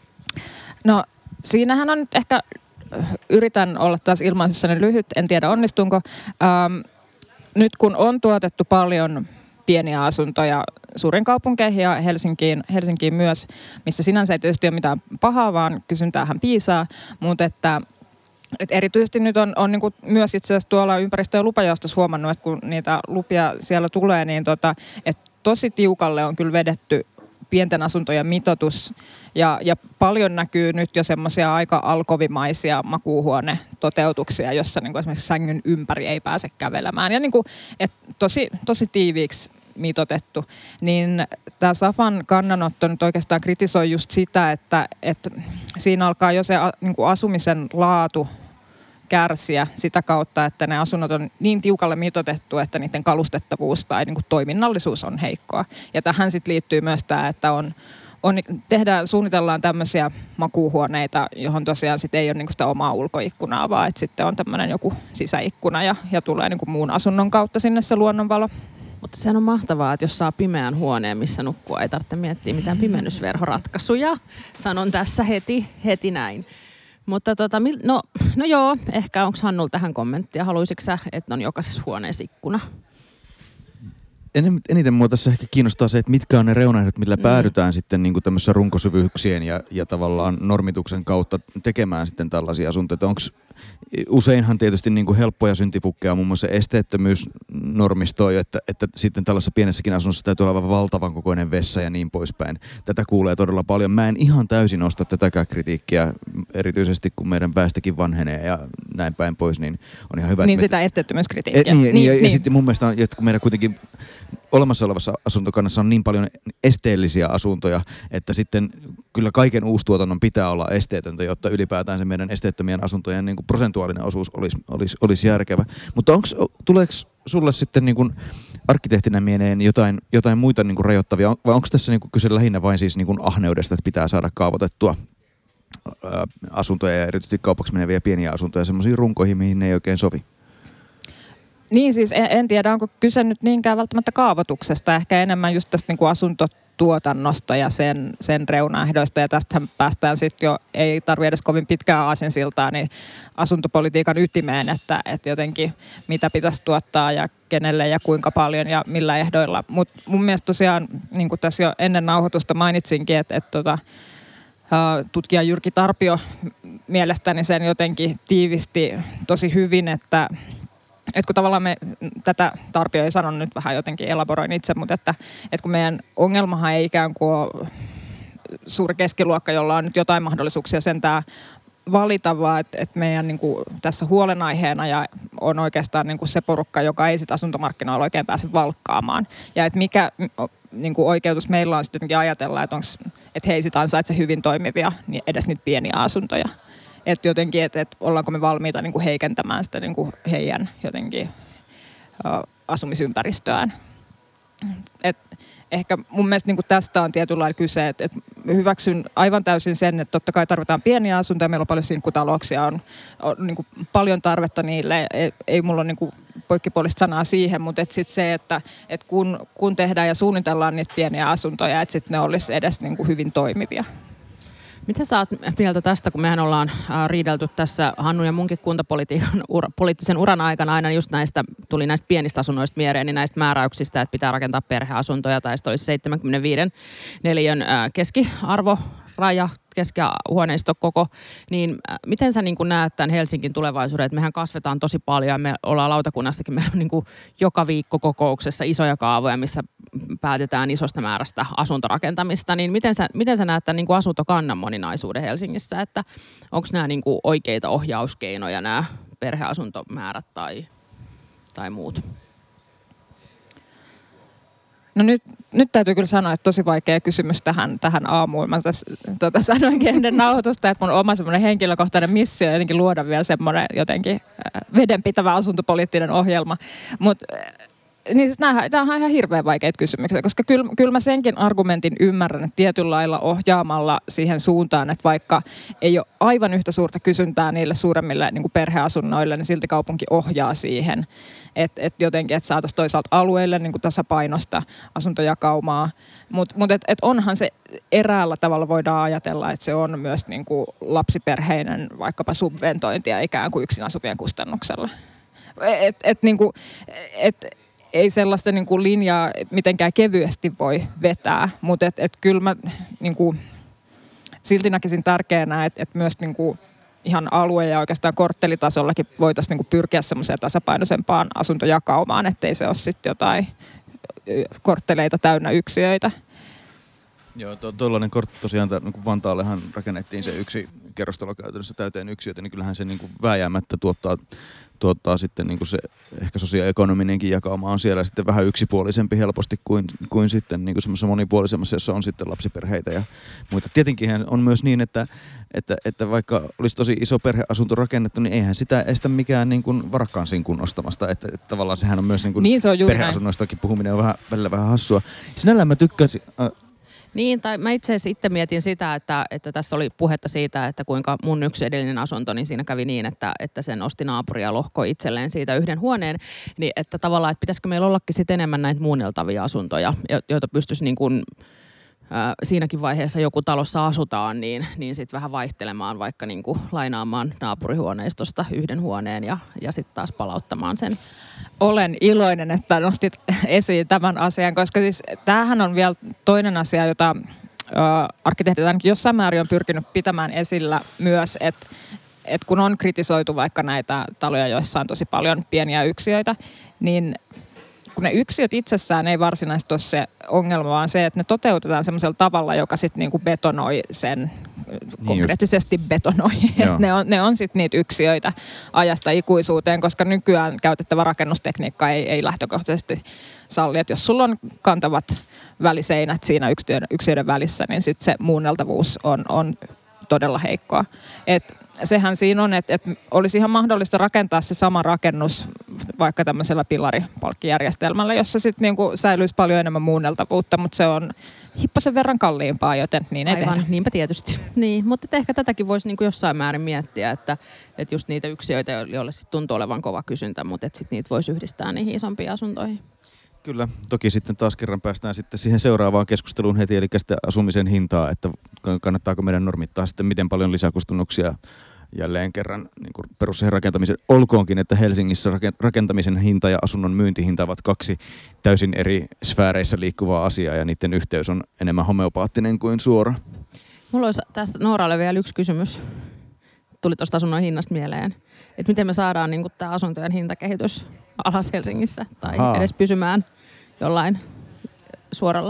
No siinähän on nyt ehkä, yritän olla taas ilmaisussani lyhyt, en tiedä onnistunko, ähm, nyt kun on tuotettu paljon pieniä asuntoja suurin kaupunkeihin ja Helsinkiin, Helsinkiin myös, missä sinänsä ei tietysti ole mitään pahaa, vaan kysyntäähän piisaa, mutta että, että erityisesti nyt on, on niin kuin myös itse asiassa tuolla ympäristö- ja lupajaostossa huomannut, että kun niitä lupia siellä tulee, niin tota, että tosi tiukalle on kyllä vedetty pienten asuntojen mitoitus ja, ja paljon näkyy nyt jo semmoisia aika alkovimaisia makuuhuone-toteutuksia, jossa niin kuin esimerkiksi sängyn ympäri ei pääse kävelemään ja niin kuin, et tosi, tosi tiiviiksi mitoitettu, niin tämä Safan kannanotto nyt oikeastaan kritisoi just sitä, että, että siinä alkaa jo se niin kuin asumisen laatu kärsiä sitä kautta, että ne asunnot on niin tiukalle mitoitettu, että niiden kalustettavuus tai niin kuin toiminnallisuus on heikkoa. Ja tähän sitten liittyy myös tämä, että on, on, tehdään, suunnitellaan tämmöisiä makuuhuoneita, johon tosiaan sit ei ole niin kuin sitä omaa ulkoikkunaa, vaan että sitten on tämmöinen joku sisäikkuna ja, ja tulee niin kuin muun asunnon kautta sinne se luonnonvalo. Mutta sehän on mahtavaa, että jos saa pimeän huoneen, missä nukkua, ei tarvitse miettiä mitään pimennysverhoratkaisuja. Sanon tässä heti, heti näin. Mutta tota, no, no joo, ehkä onko Hannulla tähän kommenttia? Haluaisitko sä, että on jokaisessa huoneessa ikkuna? En, eniten mua tässä ehkä kiinnostaa se, että mitkä on ne reunaehdot, millä mm. päädytään sitten niin kuin tämmöisessä runkosyvyyksien ja, ja tavallaan normituksen kautta tekemään sitten tällaisia asuntoja. Onko useinhan tietysti niin kuin helppoja syntipukkeja, muun muassa esteettömyys normistoi, että, että sitten tällaisessa pienessäkin asunnossa täytyy olla valtavan kokoinen vessa ja niin poispäin. Tätä kuulee todella paljon. Mä en ihan täysin osta tätäkään kritiikkiä, erityisesti kun meidän väestökin vanhenee ja näin päin pois, niin on ihan hyvä. Niin me... sitä esteettömyyskritiikkiä. E, niin, niin, niin, ja, niin. ja sitten mun mielestä on, että kun meidän kuitenkin olemassa olevassa asuntokannassa on niin paljon esteellisiä asuntoja, että sitten kyllä kaiken uustuotannon pitää olla esteetöntä, jotta ylipäätään se meidän esteettömien asuntojen niin kuin prosentuaalinen osuus olisi, olisi, olisi järkevä. Mutta onks, tuleeko sulle sitten niin kuin arkkitehtinä mieleen jotain, jotain muita niin kuin rajoittavia, vai onko tässä niin kuin kyse lähinnä vain siis niin kuin ahneudesta, että pitää saada kaavoitettua ää, asuntoja ja erityisesti kaupaksi meneviä pieniä asuntoja semmoisiin runkoihin, mihin ne ei oikein sovi? Niin siis en, en tiedä, onko kyse nyt niinkään välttämättä kaavoituksesta, ehkä enemmän just tästä niin kuin asuntotuotannosta ja sen, sen reunaehdoista. Ja tästähän päästään sitten jo, ei tarvitse edes kovin pitkää aasinsiltaa, niin asuntopolitiikan ytimeen, että, että jotenkin mitä pitäisi tuottaa ja kenelle ja kuinka paljon ja millä ehdoilla. Mutta mun mielestä tosiaan, niin kuin tässä jo ennen nauhoitusta mainitsinkin, että, että tota, tutkija Jyrki Tarpio mielestäni sen jotenkin tiivisti tosi hyvin, että että kun tavallaan me, tätä Tarpio ei sano nyt vähän jotenkin elaboroin itse, mutta että, että kun meidän ongelmahan ei ikään kuin ole suuri keskiluokka, jolla on nyt jotain mahdollisuuksia sentään valita, vaan että, että meidän niin kuin tässä huolenaiheena ja on oikeastaan niin kuin se porukka, joka ei sit asuntomarkkinoilla oikein pääse valkkaamaan. Ja että mikä niin kuin oikeutus meillä on sitten jotenkin ajatella, että, onks, että he ei sit ansaitse hyvin toimivia, niin edes niitä pieniä asuntoja. Että jotenkin, että et ollaanko me valmiita niinku heikentämään sitä niinku heidän jotenkin uh, asumisympäristöään. Et ehkä mun mielestä niinku tästä on tietyllä lailla kyse, että et hyväksyn aivan täysin sen, että totta kai tarvitaan pieniä asuntoja, meillä on paljon sinkkutalouksia, on, on niinku paljon tarvetta niille, ei, ei mulla ole niinku poikkipuolista sanaa siihen, mutta et sit se, että et kun, kun tehdään ja suunnitellaan niitä pieniä asuntoja, että sitten ne olisi edes niinku hyvin toimivia. Mitä sä oot mieltä tästä, kun mehän ollaan riidelty tässä Hannun ja munkin kuntapolitiikan ura, poliittisen uran aikana aina just näistä, tuli näistä pienistä asunnoista mieleen, niin näistä määräyksistä, että pitää rakentaa perheasuntoja tai sitten olisi seitsemänkymmentäviisi neliön keskiarvo, raja, keskihuoneisto koko, niin miten sä niin kuin näet tämän Helsingin tulevaisuuden, että mehän kasvetaan tosi paljon ja me ollaan lautakunnassakin, meillä on niin kuin joka viikko kokouksessa isoja kaavoja, missä päätetään isosta määrästä asuntorakentamista, niin miten sä, miten sä näet tämän niin kuin asuntokannan moninaisuuden Helsingissä, että onko nämä niin kuin oikeita ohjauskeinoja nämä perheasuntomäärät tai, tai muut? No nyt, nyt täytyy kyllä sanoa, että tosi vaikea kysymys tähän, tähän aamuun. Mä tässä tota, sanoinkin ennen nauhoitusta, että mun oma semmoinen henkilökohtainen missio on jotenkin luoda vielä semmoinen jotenkin vedenpitävä asuntopoliittinen ohjelma. Mutta niin siis nämä, nämä on ihan hirveän vaikeita kysymyksiä, koska kyllä, kyllä mä senkin argumentin ymmärrän, että tietyllä lailla ohjaamalla siihen suuntaan, että vaikka ei ole aivan yhtä suurta kysyntää niille suuremmille niin kuin perheasunnoille, niin silti kaupunki ohjaa siihen, että et jotenkin, että saataisiin toisaalta alueille niin kuin tasapainosta asuntojakaumaa, mutta mut et, et onhan se eräällä tavalla voidaan ajatella, että se on myös niin kuin lapsiperheinen vaikkapa subventointia ikään kuin yksin asuvien kustannuksella. Et, et, niin kuin, et, ei sellaista niin kuin linjaa mitenkään kevyesti voi vetää, mutta et, et kyllä mä niin kuin, silti näkisin tärkeänä, että et myös niin kuin, ihan alue- ja oikeastaan korttelitasollakin voitaisiin niin kuin pyrkiä semmoiseen tasapainoisempaan asuntojakaumaan, ettei se ole sitten jotain kortteleita täynnä yksiöitä. Joo, tuollainen kortti tosiaan, niin Vantaallehan rakennettiin se yksi kerrostalo käytännössä täyteen yksiöitä, niin kyllähän se niin kuin vääjäämättä tuottaa, tuottaa sitten niin kuin se ehkä sosioekonominenkin jakauma on siellä sitten vähän yksipuolisempi helposti kuin, kuin sitten niin kuin semmoisessa monipuolisemmassa, jossa on sitten lapsiperheitä ja muita. Tietenkin on myös niin, että, että, että vaikka olisi tosi iso perheasunto rakennettu, niin eihän sitä estä mikään niin kuin varakkaan sinkun ostamasta. Että, että tavallaan sehän on myös niin kuin niin se on perheasunnoistakin puhuminen on vähän, välillä vähän hassua. Sinällään mä tykkäsin... Äh, Niin, tai mä itse asiassa itse mietin sitä, että, että tässä oli puhetta siitä, että kuinka mun yksi edellinen asunto, niin siinä kävi niin, että, että sen osti naapuri ja lohkoi itselleen siitä yhden huoneen. Niin että tavallaan, että pitäisikö meillä ollakin sitten enemmän näitä muunneltavia asuntoja, joita pystyisi niin kuin, äh, siinäkin vaiheessa joku talossa asutaan, niin, niin sitten vähän vaihtelemaan, vaikka niin kuin lainaamaan naapurihuoneistosta yhden huoneen ja, ja sitten taas palauttamaan sen. Olen iloinen, että nostit esiin tämän asian, koska siis tämähän on vielä toinen asia, jota ö, arkkitehdit ainakin jossain määrin on pyrkinyt pitämään esillä myös, että et kun on kritisoitu vaikka näitä taloja, joissa on tosi paljon pieniä yksiöitä, niin kun ne yksiöt itsessään ei varsinaisesti ole se ongelma, vaan se, että ne toteutetaan semmoisella tavalla, joka sitten niinku betonoi sen, niin konkreettisesti just. betonoi. ne on, ne on sitten niitä yksiöitä ajasta ikuisuuteen, koska nykyään käytettävä rakennustekniikka ei, ei lähtökohtaisesti salli. Että jos sulla on kantavat väliseinät siinä yksiöiden, yksiöiden välissä, niin sitten se muunneltavuus on, on todella heikkoa. Et sehän siinä on, että, että olisi ihan mahdollista rakentaa se sama rakennus vaikka tämmöisellä pilaripalkkijärjestelmällä, jossa sitten niinku säilyisi paljon enemmän muunneltavuutta, mutta se on hippasen verran kalliimpaa, joten niin ei Aivan, tehdä. Niinpä tietysti. Niin, mutta ehkä tätäkin voisi niinku jossain määrin miettiä, että, että just niitä yksiöitä, joille sit tuntuu olevan kova kysyntä, mutta että sit niitä voisi yhdistää niihin isompiin asuntoihin. Kyllä, toki sitten taas kerran päästään sitten siihen seuraavaan keskusteluun heti, eli sitten asumisen hintaa, että kannattaako meidän normittaa sitten miten paljon lisäkustannuksia jälleen kerran niin kuin perusrakentamisen. Olkoonkin, että Helsingissä rakentamisen hinta ja asunnon myyntihinta ovat kaksi täysin eri sfääreissä liikkuvaa asiaa ja niiden yhteys on enemmän homeopaattinen kuin suora. Mulla olisi tästä Nooralle vielä yksi kysymys. Tuli tuosta asunnon hinnasta mieleen. Että miten me saadaan niin tämä asuntojen hintakehitys alas Helsingissä tai Aha. edes pysymään jollain suoralla.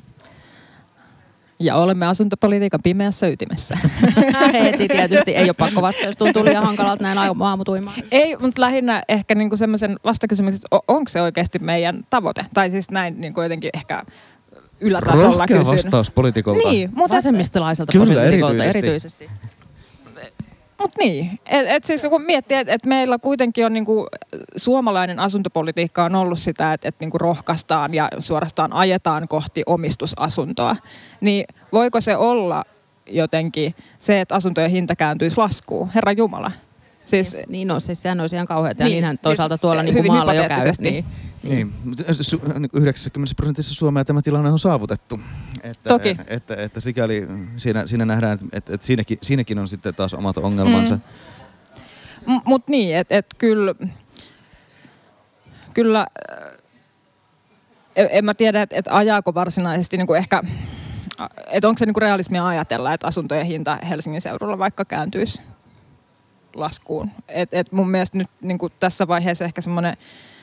Ja olemme asuntopolitiikan pimeässä ytimessä. Heti tietysti. Ei ole pakko vastata, jos tuntuu liian hankalalta näin aamutuimaan. Ei, mutta lähinnä ehkä niinku semmoisen vastakysymyksen, että onko se oikeasti meidän tavoite? Tai siis näin niinku jotenkin ehkä ylätasolla kysyn. Rohkea vastaus poliitikolta. Niin, mutta vasemmistolaiselta kyllä, poliitikolta erityisesti. erityisesti. Mutta niin, että et siis kun miettii, että et meillä kuitenkin on niinku, suomalainen asuntopolitiikka on ollut sitä, että et niinku rohkaistaan ja suorastaan ajetaan kohti omistusasuntoa, niin voiko se olla jotenkin se, että asuntojen hinta kääntyisi laskuun? Herra Jumala. Siis, yes, niin on, siis sehän olisi ihan kauheata. Ja niin, niinhän toisaalta tuolla siis, niin kuin maalla jo käy. Niin. Niin. yhdeksänkymmentä prosentissa Suomea tämä tilanne on saavutettu. Että, Toki. Että, että, että sikäli siinä, siinä nähdään, että, että siinäkin, siinäkin on sitten taas omat ongelmansa. Mm. Mutta niin, että et kyllä, kyllä en mä tiedä, että et ajaako varsinaisesti niinku ehkä, että onko se niinku realismia ajatella, että asuntojen hinta Helsingin seudulla vaikka kääntyisi laskuun. Et, et mun mielestä nyt niinku tässä vaiheessa ehkä semmoinen,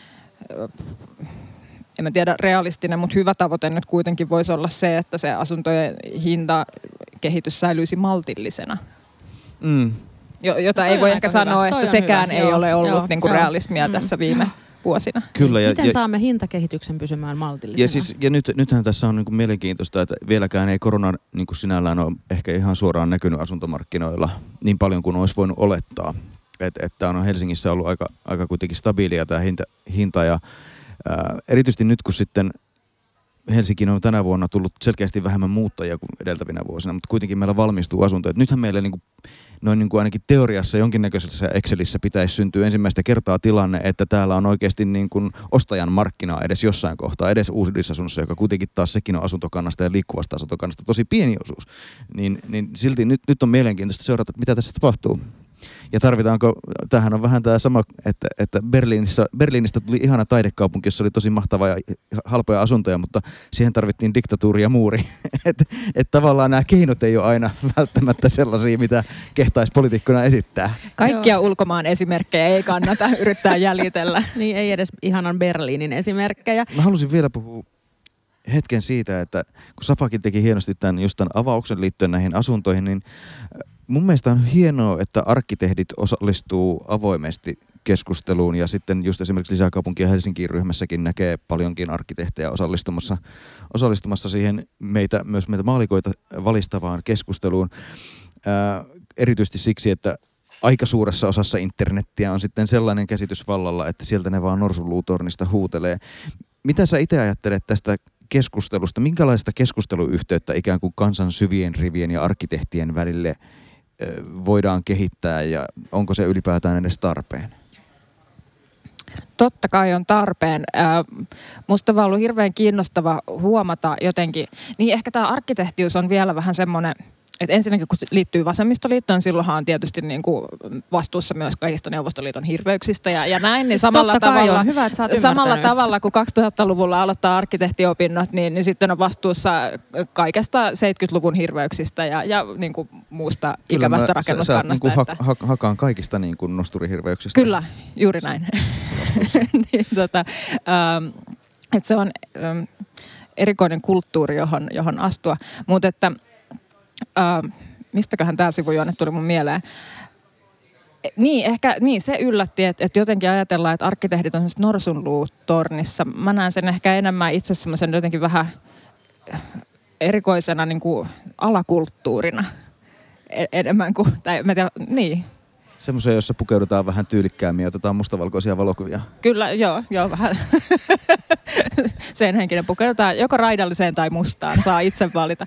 en mä tiedä realistinen, mutta hyvä tavoite nyt kuitenkin voisi olla se, että se asuntojen hintakehitys säilyisi maltillisena. Mm. Jota ei voi ehkä hyvä. sanoa, että sekään ei joo, ole ollut joo, niinku joo. realismia mm. tässä viime vuosina. Kyllä, ja, Miten ja, saamme hintakehityksen pysymään maltillisena? Ja, siis, ja nyt, nythän tässä on niinku mielenkiintoista, että vieläkään ei korona niinku sinällään ole ehkä ihan suoraan näkynyt asuntomarkkinoilla niin paljon kuin olisi voinut olettaa. Että et tämä on Helsingissä ollut aika, aika kuitenkin stabiilia tämä hinta, hinta ja ää, erityisesti nyt kun sitten Helsinkiin on tänä vuonna tullut selkeästi vähemmän muuttajia kuin edeltävinä vuosina, mutta kuitenkin meillä valmistuu asuntoja. Nythän meillä niin kuin, noin niin kuin ainakin teoriassa jonkinnäköisessä Excelissä pitäisi syntyä ensimmäistä kertaa tilanne, että täällä on oikeasti niin kuin ostajan markkinaa edes jossain kohtaa, edes uusisasunnossa, joka kuitenkin taas sekin on asuntokannasta ja liikkuvasta asuntokannasta tosi pieni osuus. Niin, niin silti nyt, nyt on mielenkiintoista seurata, että mitä tässä tapahtuu. Ja tarvitaanko, tämähän on vähän tämä sama, että, että Berliinissä, Berliinistä tuli ihana taidekaupunki, jossa oli tosi mahtavaa ja halpoja asuntoja, mutta siihen tarvittiin diktatuuri ja muuri. Että et tavallaan nämä keinot ei ole aina välttämättä sellaisia, mitä kehtaisi poliitikkona esittää. Kaikkia Joo. ulkomaan esimerkkejä ei kannata yrittää jäljitellä. Niin ei edes ihanan Berliinin esimerkkejä. Mä halusin vielä puhua hetken siitä, että kun Safakin teki hienosti tämän, just tämän avauksen liittyen näihin asuntoihin, niin mun mielestä on hienoa, että arkkitehdit osallistuu avoimesti keskusteluun ja sitten just esimerkiksi Lisäkaupunki- ja Helsinkiin ryhmässäkin näkee paljonkin arkkitehtejä osallistumassa, osallistumassa siihen meitä, myös meitä maalikoita valistavaan keskusteluun. Ää, erityisesti siksi, että aika suuressa osassa internettiä on sitten sellainen käsitys vallalla, että sieltä ne vaan norsunluutornista huutelee. Mitä sä itse ajattelet tästä keskustelusta? Minkälaista keskusteluyhteyttä ikään kuin kansan syvien rivien ja arkkitehtien välille voidaan kehittää ja onko se ylipäätään edes tarpeen? Totta kai on tarpeen. Musta on ollut hirveän kiinnostava huomata jotenkin, niin ehkä tämä arkkitehtius on vielä vähän semmoinen, että ensinnäkin kun liittyy vasemmistoliittoon, niin silloinhan on tietysti niin kuin vastuussa myös kaikista Neuvostoliiton hirveyksistä ja, ja näin. Niin samalla tavalla, hyvä, samalla tavalla kuin kaksituhattaluvulla aloittaa arkkitehtiopinnot, niin, niin sitten on vastuussa kaikesta seitsemänkymmentäluvun hirveyksistä ja, ja niin kuin muusta Kyllä ikävästä mä, rakennuskannasta. Sä, sä että... ha, ha, hakaan kaikista niin kuin nosturihirveyksistä. Kyllä, juuri näin. niin, tota, ähm, että se on ähm, erikoinen kulttuuri, johon, johon astua. Mutta että Uh, mistäköhän tämä sivujuonne tuli mun mieleen. E, niin, ehkä niin, se yllätti, että, että jotenkin ajatellaan, että arkkitehdit on norsunluutornissa. Mä näen sen ehkä enemmän itse semmoisen jotenkin vähän erikoisena niin kuin alakulttuurina. E- enemmän kuin, tai mä tiedän, niin. Semmoisia, jossa pukeudutaan vähän tyylikkäämmin ja otetaan mustavalkoisia valokuvia. Kyllä, joo, joo vähän. Sen henkinen pukeudutaan joko raidalliseen tai mustaan, saa itse valita.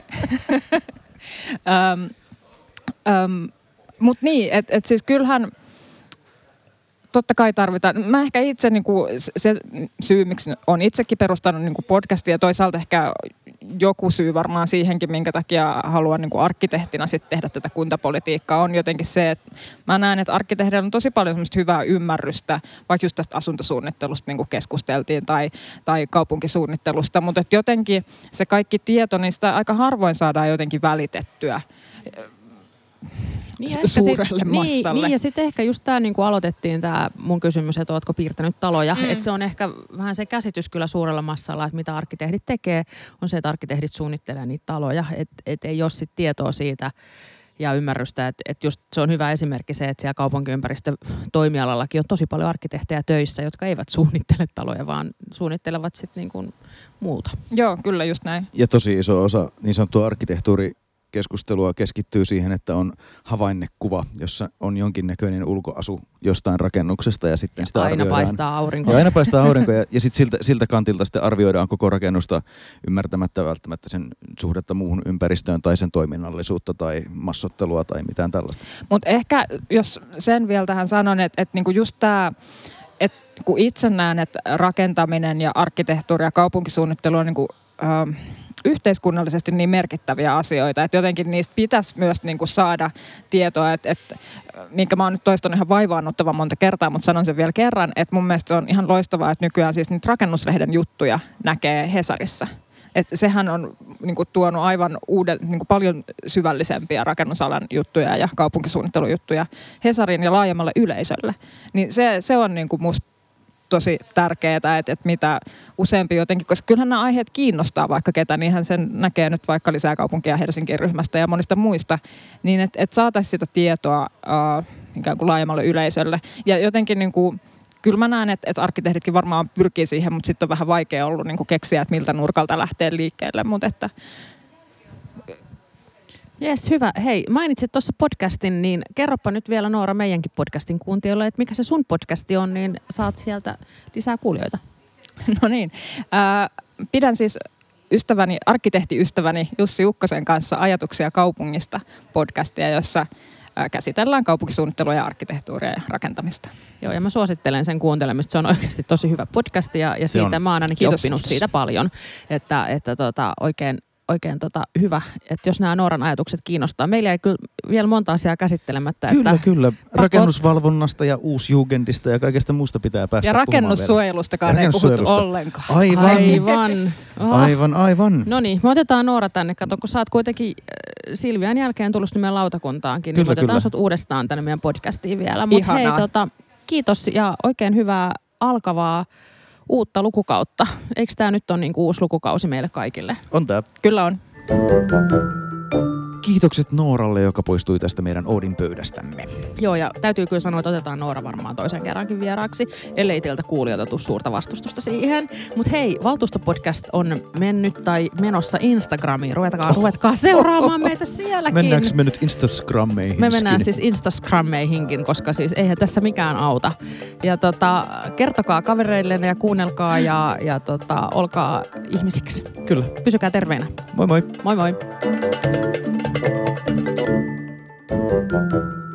um, um, Mutta niin, että et siis kyllähän totta kai tarvitaan. Mä ehkä itse niinku, se syy, miksi on itsekin perustanut niinku podcastia ja toisaalta ehkä joku syy varmaan siihenkin, minkä takia haluan niinku arkkitehtina sit tehdä tätä kuntapolitiikkaa, on jotenkin se, että mä näen, että arkkitehdillä on tosi paljon semmoista hyvää ymmärrystä, vaikka just tästä asuntosuunnittelusta niin kuin keskusteltiin tai, tai kaupunkisuunnittelusta, mutta että jotenkin se kaikki tieto, niin sitä aika harvoin saadaan jotenkin välitettyä niin suurelle sit, massalle. Niin, niin ja sitten ehkä just tämä, niin kuin aloitettiin tämä mun kysymys, että ootko piirtänyt taloja. Mm. Että se on ehkä vähän se käsitys kyllä suurella massalla, että mitä arkkitehdit tekee, on se, että arkkitehdit suunnittelee niitä taloja. Että et ei ole sitten tietoa siitä ja ymmärrystä, että et just se on hyvä esimerkki se, että siellä kaupunkiympäristö-toimialallakin on tosi paljon arkkitehtejä töissä, jotka eivät suunnittele taloja, vaan suunnittelevat sitten niin kuin muuta. Joo, kyllä just näin. Ja tosi iso osa niin sanottua arkkitehtuuri keskustelua keskittyy siihen, että on havainnekuva, jossa on jonkinnäköinen ulkoasu jostain rakennuksesta ja sitten ja sitä aina arvioidaan. paistaa aurinko. Ja aina paistaa aurinko ja, ja sitten siltä, siltä kantilta sitten arvioidaan koko rakennusta ymmärtämättä välttämättä sen suhdetta muuhun ympäristöön tai sen toiminnallisuutta tai massottelua tai mitään tällaista. Mutta ehkä jos sen vielä tähän sanon, että, että niinku just tämä, että kun itse näen, että rakentaminen ja arkkitehtuuri ja kaupunkisuunnittelu on niinku, äh, yhteiskunnallisesti niin merkittäviä asioita, että jotenkin niistä pitäisi myös niin kuin saada tietoa, että, että minkä mä oon nyt toistanut ihan vaivaannuttavan monta kertaa, mutta sanon sen vielä kerran, että mun mielestä se on ihan loistavaa, että nykyään siis niitä Rakennuslehden juttuja näkee Hesarissa. Että sehän on niin kuin tuonut aivan uuden, niin kuin paljon syvällisempiä rakennusalan juttuja ja kaupunkisuunnittelujuttuja Hesarin ja laajemmalle yleisölle. Niin se, se on niin kuin musta tosi tärkeää, että, että mitä useampi jotenkin, koska kyllähän nämä aiheet kiinnostaa vaikka ketä, niin hän sen näkee nyt vaikka Lisäkaupunkia Helsingin ryhmästä ja monista muista, niin että, että saataisiin sitä tietoa uh, ikään kuin laajemmalle yleisölle. Ja jotenkin niin kuin, kyllä mä näen, että, että arkkitehditkin varmaan pyrkii siihen, mutta sitten on vähän vaikea ollut niin kuin keksiä, että miltä nurkalta lähtee liikkeelle, mutta että Jes, hyvä. Hei, mainitsit tuossa podcastin, niin kerropa nyt vielä Noora meidänkin podcastin kuuntelijoille, että mikä se sun podcasti on, niin saat sieltä lisää kuulijoita. No niin, äh, pidän siis ystäväni, arkkitehtiystäväni Jussi Ukkosen kanssa Ajatuksia kaupungista podcastia, jossa äh, käsitellään kaupunkisuunnittelua ja arkkitehtuuria ja rakentamista. Joo, ja mä suosittelen sen kuuntelemista. Se on oikeasti tosi hyvä podcast ja, ja siitä on. Mä oon ainakin Kiitos. oppinut siitä paljon, että, että tota, oikein Oikein tota, hyvä, että jos nämä Nooran ajatukset kiinnostaa. Meillä ei kyllä vielä monta asiaa käsittelemättä. Kyllä, että kyllä. Rakennusvalvonnasta ja uusjugendista ja kaikesta muusta pitää päästä ja rakennussuojelustakaan ei puhuttu ollenkaan. Aivan. Aivan. Oh. Aivan, aivan. No niin, me otetaan Noora tänne. Kato, kun sä oot kuitenkin Silvian jälkeen tullut meidän lautakuntaankin, kyllä, niin me otetaan kyllä. sut uudestaan tänne meidän podcastiin vielä. Mutta hei, tota, kiitos ja oikein hyvää alkavaa uutta lukukautta. Eikö tämä nyt ole niinku uusi lukukausi meille kaikille? On tää. Kyllä on. Kiitokset Nooralle, joka poistui tästä meidän Oodin pöydästämme. Joo, ja täytyy kyllä sanoa, että otetaan Noora varmaan toisen kerrankin vieraaksi, ellei teiltä kuulijoilta tule suurta vastustusta siihen. Mutta hei, Valtuustopodcast on mennyt tai menossa Instagramiin. Ruvetkaa, oh. ruvetkaa seuraamaan meitä sielläkin. Mennäänkö me nyt Instagrammeihin? Me mennään siis Instagrammeihinkin, koska siis eihän tässä mikään auta. Ja tota, kertokaa kavereillenne ja kuunnelkaa ja, ja tota, olkaa ihmisiksi. Kyllä. Pysykää terveinä. Moi moi. Moi moi. Thank you.